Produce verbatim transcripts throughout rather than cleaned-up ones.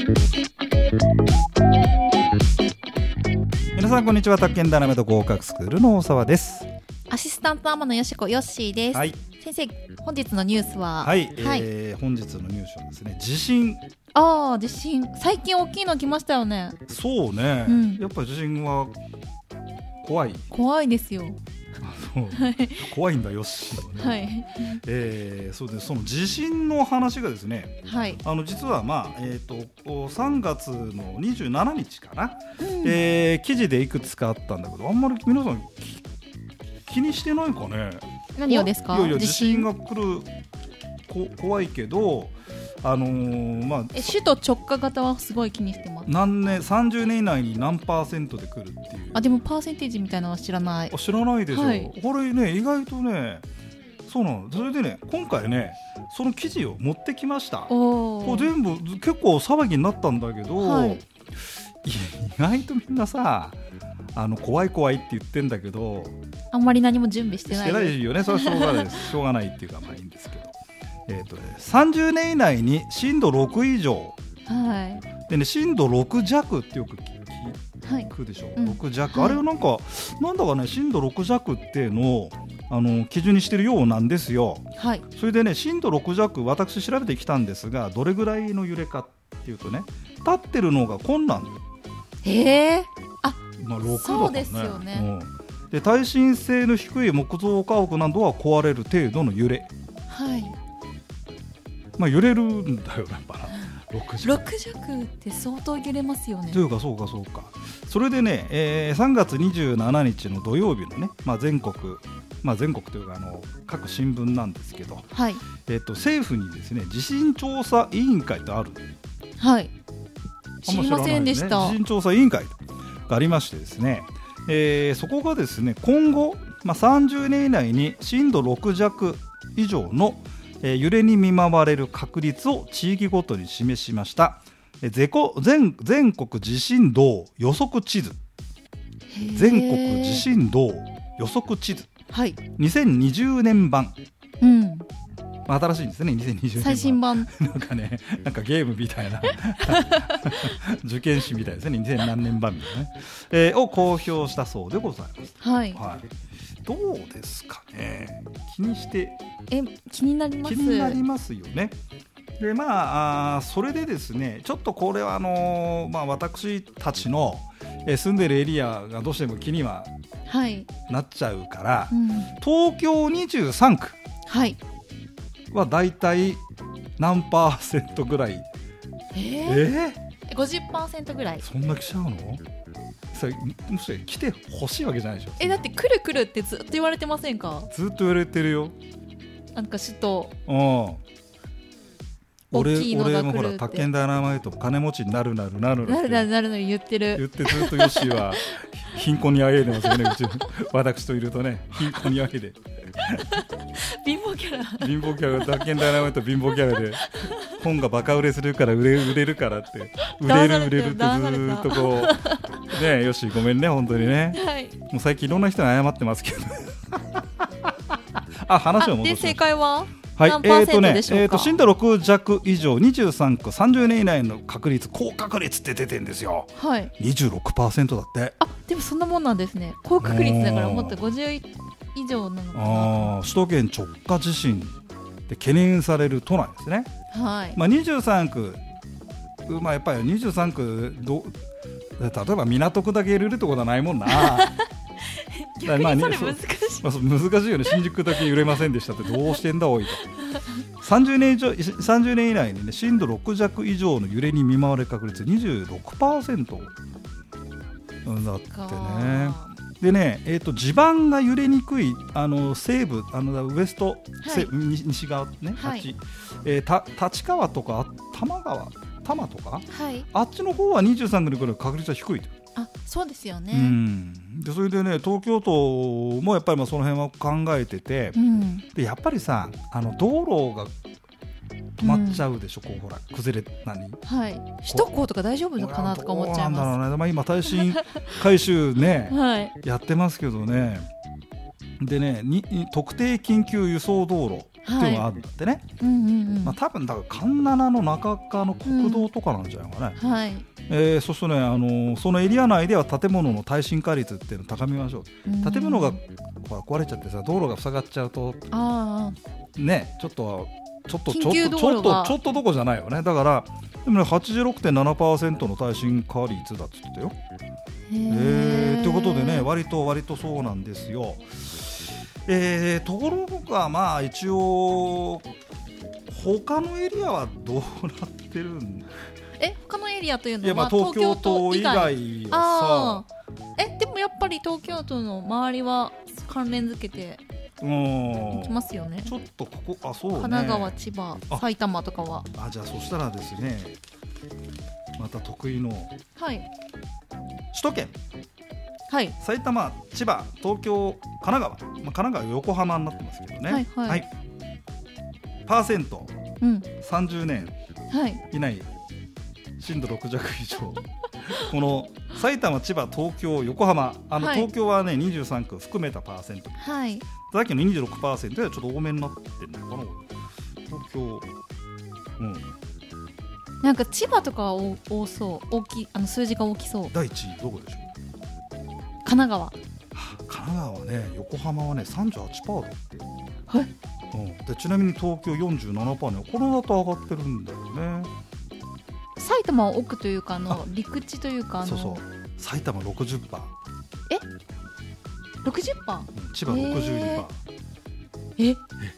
皆さんこんにちは。宅建ダイナマイト合格スクールの大沢です。 アシスタント天野よしこよっしーです、 はい、 先生本日のニュースははい、はい、えー、本日のニュースはですね、地震。 ああ、地震最近大きいの来ましたよね。 そうね、うん、やっぱり地震は怖い怖いですよ。 そう怖いんだよし、ね、はい、えー、そうです。その地震の話がですね、はい、あの実は、まあえー、とさんがつのにじゅうしちにちかな、うん、えー、記事でいくつかあったんだけど、あんまり皆さん気にしてないかね。 何をですか？ いやいや、地震が来るこ怖いけど、あのーまあ、 え首都直下型はすごい気にしてます。 何年さんじゅうねん以内に何パーセントで来るっていう。 あ、でもパーセンテージみたいなのは知らない。 あ、知らないでしょ、はい、これね意外とね、そうなの。それでね、今回ねその記事を持ってきました。これ全部結構騒ぎになったんだけど、はい、意外とみんなさ、あの怖い怖いって言ってんだけど、 あんまり何も準備してないしてないよね。それはしょうがないですしょうがないっていうか、まあいいんですけど、えーとね、さんじゅうねん以内に震度ろく以上、はい、でね、震度ろく弱ってよく聞くでしょ、はい、ろく弱、うん、あれはなんか、はい、なんだかね、震度ろく弱っていうのをあの基準にしてるようなんですよ、はい、それでね、震度ろく弱、私調べてきたんですが、どれぐらいの揺れかっていうとね、立ってるのが困難。 へー、あ、 まあ、ろくだそうですよね、 うん、で耐震性の低い木造家屋などは壊れる程度の揺れ、はい、まあ、揺れるんだよやっぱろく弱。 ろく弱って相当揺れますよね。 というか、そうかそうか。それでね、えー、さんがつにじゅうしちにちの土曜日のね、まあ、全国、まあ、全国というかあの各新聞なんですけど、はい、えー、と政府にですね、地震調査委員会とある。 はい、知りませんでした。 地震調査委員会がありましてですね、えー、そこがですね、今後、まあ、さんじゅうねん以内に震度ろく弱以上のえー、揺れに見舞われる確率を地域ごとに示しました、えー、全, 全国地震動予測地図。全国地震動予測地図、はい、にせんにじゅうねん版、うん、まあ、新しいんですね。にせんにじゅうねん版、 最新版なんかね、なんかゲームみたいな受験誌みたいですね。にせん何年版みたいなね、えー、を公表したそうでございます。はい、はい、どうですかね。気にしてえ気になります。 気になりますよね。で、まあ、あそれでですね、ちょっとこれはあのーまあ、私たちの、えー、住んでるエリアがどうしても気には、はい、なっちゃうから、うん、東京にじゅうさんくはだいたい何パーセントぐらい、 えーえー、ごじゅっパーセント ぐらい。 そんな来ちゃうの？それもし来てほしいわけじゃないでしょ。 え、だって来る来るってずっと言われてませんか？ ずっと言われてるよ。 なんか首都、 うん、俺, 俺もほら、宅建ダイナマイト金持ちになるなるなるなるなるなるなる言ってる言ってずっとヨッシーは貧困にあえいでますよね。うち私といるとね、貧困にあえいで貧乏キャラ貧乏キャラ、宅建ダイナマイト貧乏キャラで本がバカ売れするから売れ売れるからって売れる売れるってずっとこうね、ヨッシーごめんね本当にね、はい、もう最近いろんな人に謝ってますけどあ、話を戻しましで正解ははい、 何パーセントでしょうか。 えーとねえーと、震度ろく弱以上にじゅうさんくさんじゅうねん以内の確率、高確率って出てるんですよ、はい、にじゅうろくパーセント だって。 あ、でもそんなもんなんですね。高確率だからもっとごじゅう以上なのかな。 あ、首都圏直下地震で懸念される都内ですね、はい、まあ、にじゅうさんく、まあ、やっぱりにじゅうさんくど例えば港区だけ揺れるってことはないもんな逆にそれ難しい、 まあ、難しいよね。新宿だけ揺れませんでしたってどうしてんだおいとさんじゅうねん以上、さんじゅうねん以内に、ね、震度ろく弱以上の揺れに見舞われる確率 にじゅうろくパーセント だってね。でね、えーと、地盤が揺れにくいあの西部、あのウエスト、はい、西側ね、はい、えー、た立川とか多摩川、多摩とか、はい、あっちの方はにじゅうさんくに来る確率は低いと。 あ、そうですよね、 うん、でそれでね、東京都もやっぱりまあその辺は考えてて、うん、でやっぱりさ、あの道路が止まっちゃうでしょ、うん、こうほら崩れ何、 はい、首都高とか大丈夫かなとか思っちゃいます。 なんだろうね、まあ、今耐震改修ね、はい、やってますけどね。でね、に特定緊急輸送道路っていうのがあるんだってね、 うんうんうん、 まあ、多分だから環七の中側の国道とかなんじゃないかね、 うん、はい、 えー、そうするとね、あのー、そのエリア内では建物の耐震化率っていうのを高めましょう、うん、建物が壊れちゃってさ道路が塞がっちゃうとあねちょっとちょっとちょっと緊急道路がちょっとちょっとどこじゃないよね。だからでもね はちじゅうろくてんななパーセント の耐震化率だっつってたよ。 へー、 えー、ということでね割と割とそうなんですよ。えー、ところがまあ一応他のエリアはどうなってるんえ他のエリアというのは、 いやまあ東京都以外はさえでもやっぱり東京都の周りは関連づけていきますよね。 ちょっとここあそうね神奈川千葉埼玉とかはあじゃあそしたらですねまた得意のはい首都圏はい埼玉千葉東京神奈川、まあ、神奈川横浜になってますけどね、 はいはいはい、 パーセント、 うん、 さんじゅうねん以内、はい、震度ろく弱以上この埼玉千葉東京横浜あの、はい、東京はねにじゅうさんく含めたパーセント、 はい、 さっきの にじゅうろくパーセント ではちょっと多めになってるのかな東京、うん、 なんか千葉とかは多そう大きいあの数字が大きそう。 だいいちいどこでしょう。 神奈川、はあ、神奈川はね横浜はね さんじゅうはちパーセント だって、 はいうん、でちなみに東京 よんじゅうななパーセント ねこれだと上がってるんだよね。 埼玉は奥というかあの陸地というかあのそうそう埼玉 ろくじゅっパーセントえ ろくじゅっパーセント、 うん、千葉 ろくじゅうにパーセントええ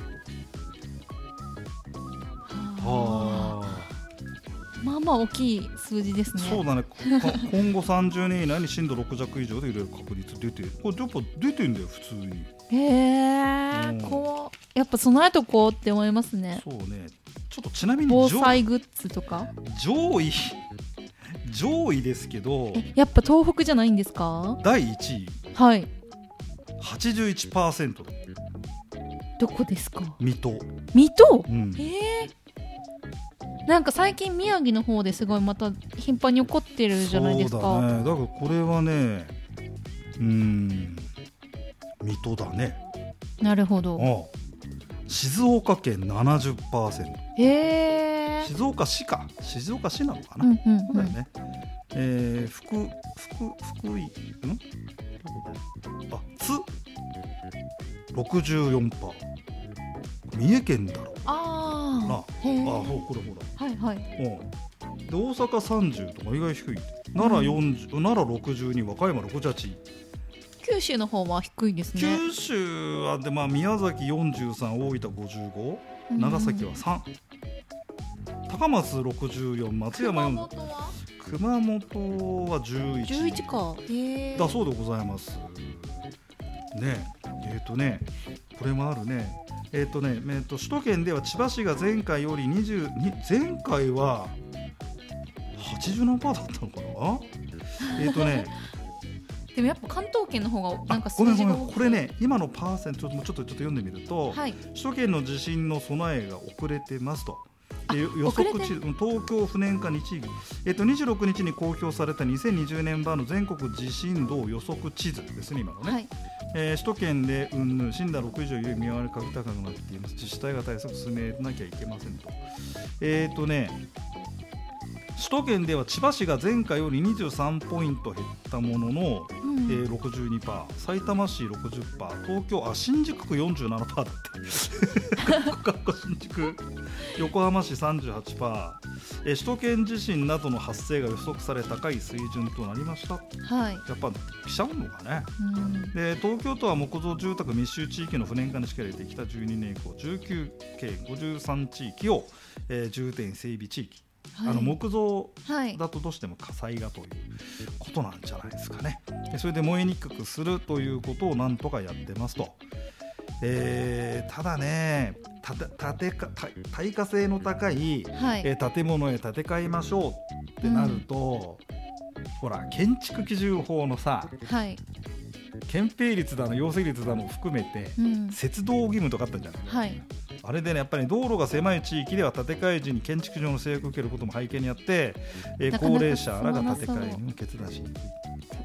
はあまあまあ大きい数字ですね。 そうだね今後さんじゅうねん以内に震度ろく弱以上で揺れる確率出てこれやっぱ出てんだよ普通に。 へえ、うん、こうやっぱ備えとこうって思いますね。 そうねちょっとちなみに防災グッズとか上位上位ですけどえやっぱ東北じゃないんですか。 だいいちいはいはちじゅういちパーセントどこですか。 水戸水戸、 うん、 えー、なんか最近宮城の方ですごいまた頻繁に起こってるじゃないですか。 そうだねだからこれはねうーん水戸だね。 なるほど。 ああ静岡県 ななじゅっパーセントへー静岡市か静岡市なのかな、 うんうんうん、 そうだよね、えー、福福福井んどこだあ津 ろくじゅうよんパーセント 三重県だろあなあへあそうこれほらはいはい、 うん、で大阪さんじゅうとか意外低い奈良よんじゅう、うん、奈良ろくじゅうに和歌山ろくじゅうはち九州の方は低いですね。 九州はで、まあ、宮崎よんじゅうさん大分ごじゅうご長崎はさん高松ろくじゅうよん松山よんじゅう熊本は熊本はじゅういちじゅういちかへーだそうでございますねえーとねこれもあるねえーとね、えーと首都圏では千葉市が前回よりにじゅうに前回ははちじゅうななパーセントだったのかなえーとねでもやっぱ関東圏の方がなんか数ごめん字がごめんこれね今のパーセントちょっとちょっと読んでみると、 はい、 首都圏の地震の備えが遅れてますと予測地東京不燃化日銀、えっと、にじゅうろくにちに公表されたにせんにじゅうねん版の全国地震動予測地図ですね今のね、はいえー、首都圏でうんぬん震度ろく以上より見回り確高くなっています自治体が対策進めなきゃいけませんとえっ、ー、とね首都圏では千葉市が前回よりにじゅうさんポイント減ったものの、うんえー、ろくじゅうにパーセント 埼玉市 ろくじゅっパーセント 東京あ新宿区 よんじゅうななパーセント だって新宿横浜市 さんじゅうはちパーセント、えー、首都圏地震などの発生が予測され高い水準となりました、 はい、 やっぱ来ちゃうのかね、 うん、で東京都は木造住宅密集地域の不燃化に力を入れてきたじゅうにねん以降じゅうきゅうけんごじゅうさん地域を、えー、重点整備地域はい、あの木造だとどうしても火災がということなんじゃないですかね。それで燃えにくくするということをなんとかやってますと、えー、ただねたたてか耐火性の高い、はいえー、建物へ建て替えましょうってなると、うん、ほら建築基準法のさ、 はい、 建蔽率だの容積率だのを含めて、うん、節動義務とかあったんじゃない、 はいあれでねやっぱり道路が狭い地域では建て替え時に建築上の制約を受けることも背景にあって、えー、高齢者らが建て替えに決断しにくい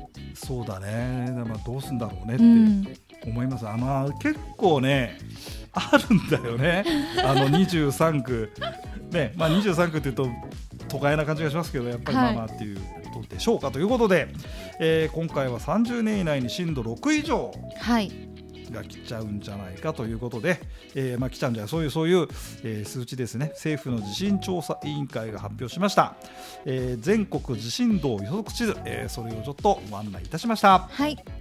そうだね、まあ、どうすんだろうねって思います、うん、あの結構ねあるんだよね。あのにじゅうさんく、ね、まあ、にじゅうさんくっていうと都会な感じがしますけど、やっぱりまあまあっていうことでしょうか、はい、ということで、えー、今回はさんじゅうねん以内に震度ろく以上が来ちゃうんじゃないかということで、えー、まあ来ちゃうんじゃない、そういうそういう、えー、数値ですね。政府の地震調査委員会が発表しました、えー、全国地震動予測地図、えー、それをちょっとご案内いたしました。 はい。